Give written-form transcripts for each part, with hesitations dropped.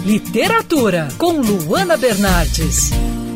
Literatura, com Luana Bernardes.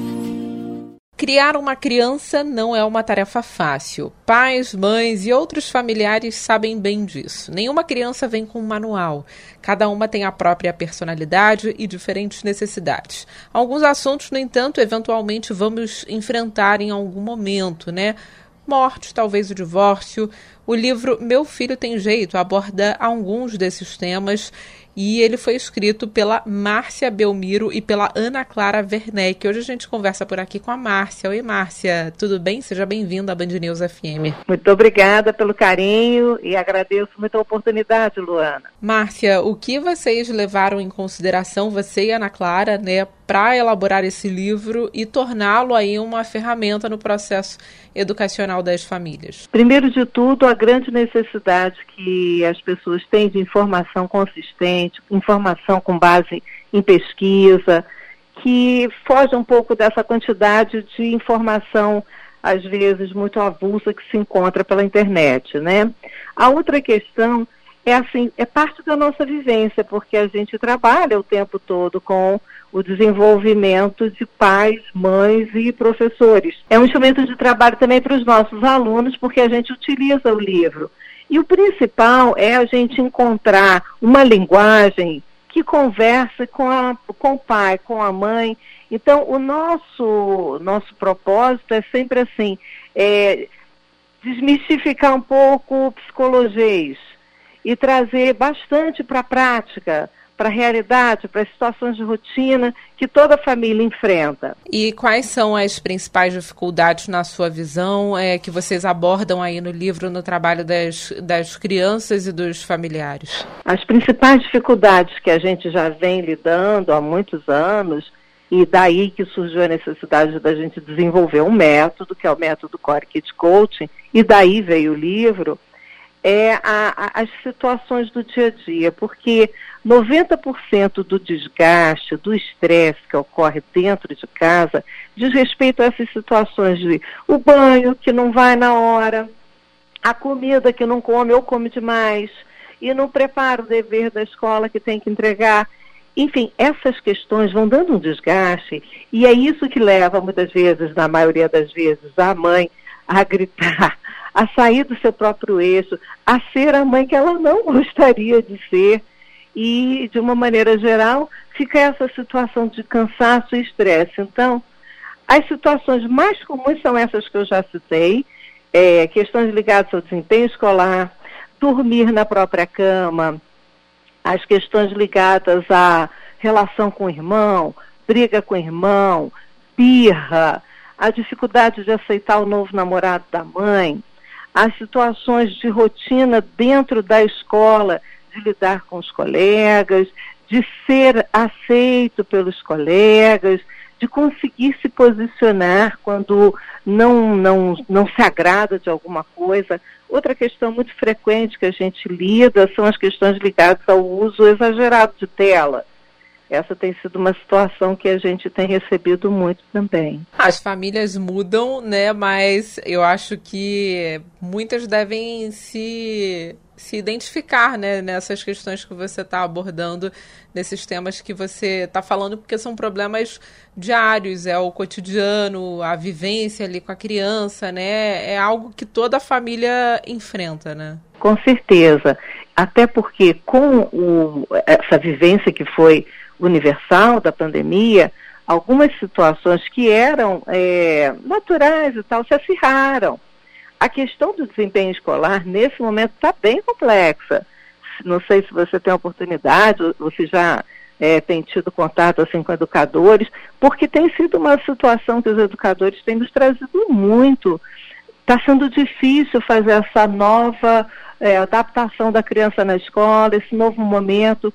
Criar uma criança não é uma tarefa fácil. Pais, mães e outros familiares sabem bem disso. Nenhuma criança vem com um manual. Cada uma tem a própria personalidade e diferentes necessidades. Alguns assuntos, no entanto, eventualmente vamos enfrentar em algum momento, né? Morte, talvez o divórcio. O livro Meu Filho Tem Jeito aborda alguns desses temas e ele foi escrito pela Márcia Belmiro e pela Ana Clara Werneck. Hoje a gente conversa por aqui com a Márcia. Oi, Márcia, tudo bem? Seja bem-vinda à Band News FM. Muito obrigada pelo carinho e agradeço muito a oportunidade, Luana. Márcia, o que vocês levaram em consideração, você e a Ana Clara, né, para elaborar esse livro e torná-lo aí uma ferramenta no processo educacional das famílias? Primeiro de tudo, a grande necessidade que as pessoas têm de informação consistente, informação com base em pesquisa, que foge um pouco dessa quantidade de informação, às vezes, muito avulsa que se encontra pela internet, né? A outra questão é parte da nossa vivência, porque a gente trabalha o tempo todo com o desenvolvimento de pais, mães e professores. É um instrumento de trabalho também para os nossos alunos, porque a gente utiliza o livro. E o principal é a gente encontrar uma linguagem que converse com o pai, com a mãe. Então, o nosso propósito é sempre assim, desmistificar um pouco o psicologês e trazer bastante para a prática, para a realidade, para as situações de rotina que toda família enfrenta. E quais são as principais dificuldades, na sua visão, que vocês abordam aí no livro, no trabalho das crianças e dos familiares? As principais dificuldades que a gente já vem lidando há muitos anos, e daí que surgiu a necessidade da gente desenvolver um método, que é o método Core Kid Coaching, e daí veio o livro, as situações do dia a dia, porque 90% do desgaste, do estresse que ocorre dentro de casa, diz respeito a essas situações de o banho que não vai na hora, a comida que não come ou come demais, e não prepara o dever da escola que tem que entregar. Enfim, essas questões vão dando um desgaste, e é isso que leva, muitas vezes, na maioria das vezes, a mãe a gritar, a sair do seu próprio eixo, a ser a mãe que ela não gostaria de ser. E, de uma maneira geral, fica essa situação de cansaço e estresse. Então, as situações mais comuns são essas que eu já citei, questões ligadas ao desempenho escolar, dormir na própria cama, as questões ligadas à relação com o irmão, briga com o irmão, birra, a dificuldade de aceitar o novo namorado da mãe, as situações de rotina dentro da escola, de lidar com os colegas, de ser aceito pelos colegas, de conseguir se posicionar quando não se agrada de alguma coisa. Outra questão muito frequente que a gente lida são as questões ligadas ao uso exagerado de tela. Essa tem sido uma situação que a gente tem recebido muito também. As famílias mudam, né? Mas eu acho que muitas devem se identificar, né, nessas questões que você está abordando, nesses temas que você está falando, porque são problemas diários, é o cotidiano, a vivência ali com a criança, né? É algo que toda a família enfrenta, né? Com certeza. Até porque com essa vivência que foi universal da pandemia, algumas situações que eram naturais e tal, se acirraram. A questão do desempenho escolar, nesse momento, está bem complexa. Não sei se você tem a oportunidade, você já tem tido contato assim, com educadores, porque tem sido uma situação que os educadores têm nos trazido muito. Está sendo difícil fazer essa nova adaptação da criança na escola, esse novo momento,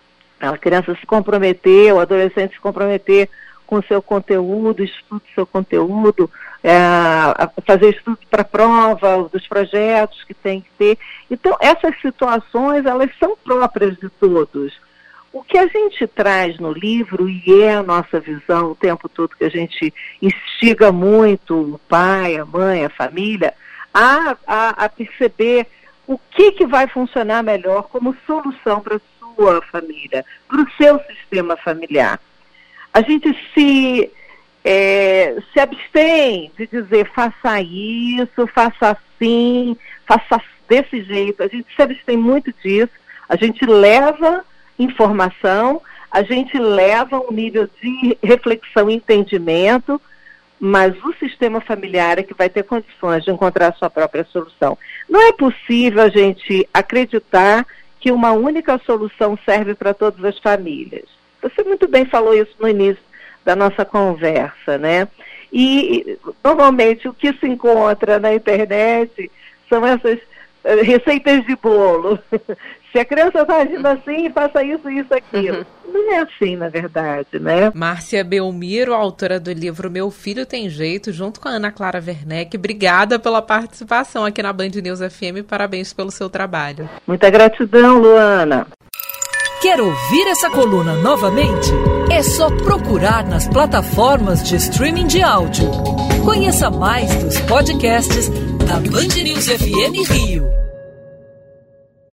a criança se comprometer, o adolescente se comprometer com o seu conteúdo, estudo do seu conteúdo, fazer estudo para prova, dos projetos que tem que ter. Então, essas situações, elas são próprias de todos. O que a gente traz no livro, e é a nossa visão o tempo todo, que a gente instiga muito o pai, a mãe, a família, a perceber o que vai funcionar melhor como solução para sua família, para o seu sistema familiar. A gente se abstém de dizer faça isso, faça assim, faça desse jeito. A gente se abstém muito disso. A gente leva informação, a gente leva um nível de reflexão e entendimento, mas o sistema familiar é que vai ter condições de encontrar a sua própria solução. Não é possível a gente acreditar que uma única solução serve para todas as famílias. Você muito bem falou isso no início da nossa conversa, né? E normalmente o que se encontra na internet são essas receitas de bolo. Se a criança está agindo assim, faça isso, isso, aquilo. Não é assim, na verdade, né? Márcia Belmiro, autora do livro Meu Filho Tem Jeito, junto com a Ana Clara Werneck. Obrigada pela participação aqui na Band News FM. Parabéns pelo seu trabalho. Muita gratidão, Luana. Quer ouvir essa coluna novamente? É só procurar nas plataformas de streaming de áudio. Conheça mais dos podcasts da Band News FM Rio.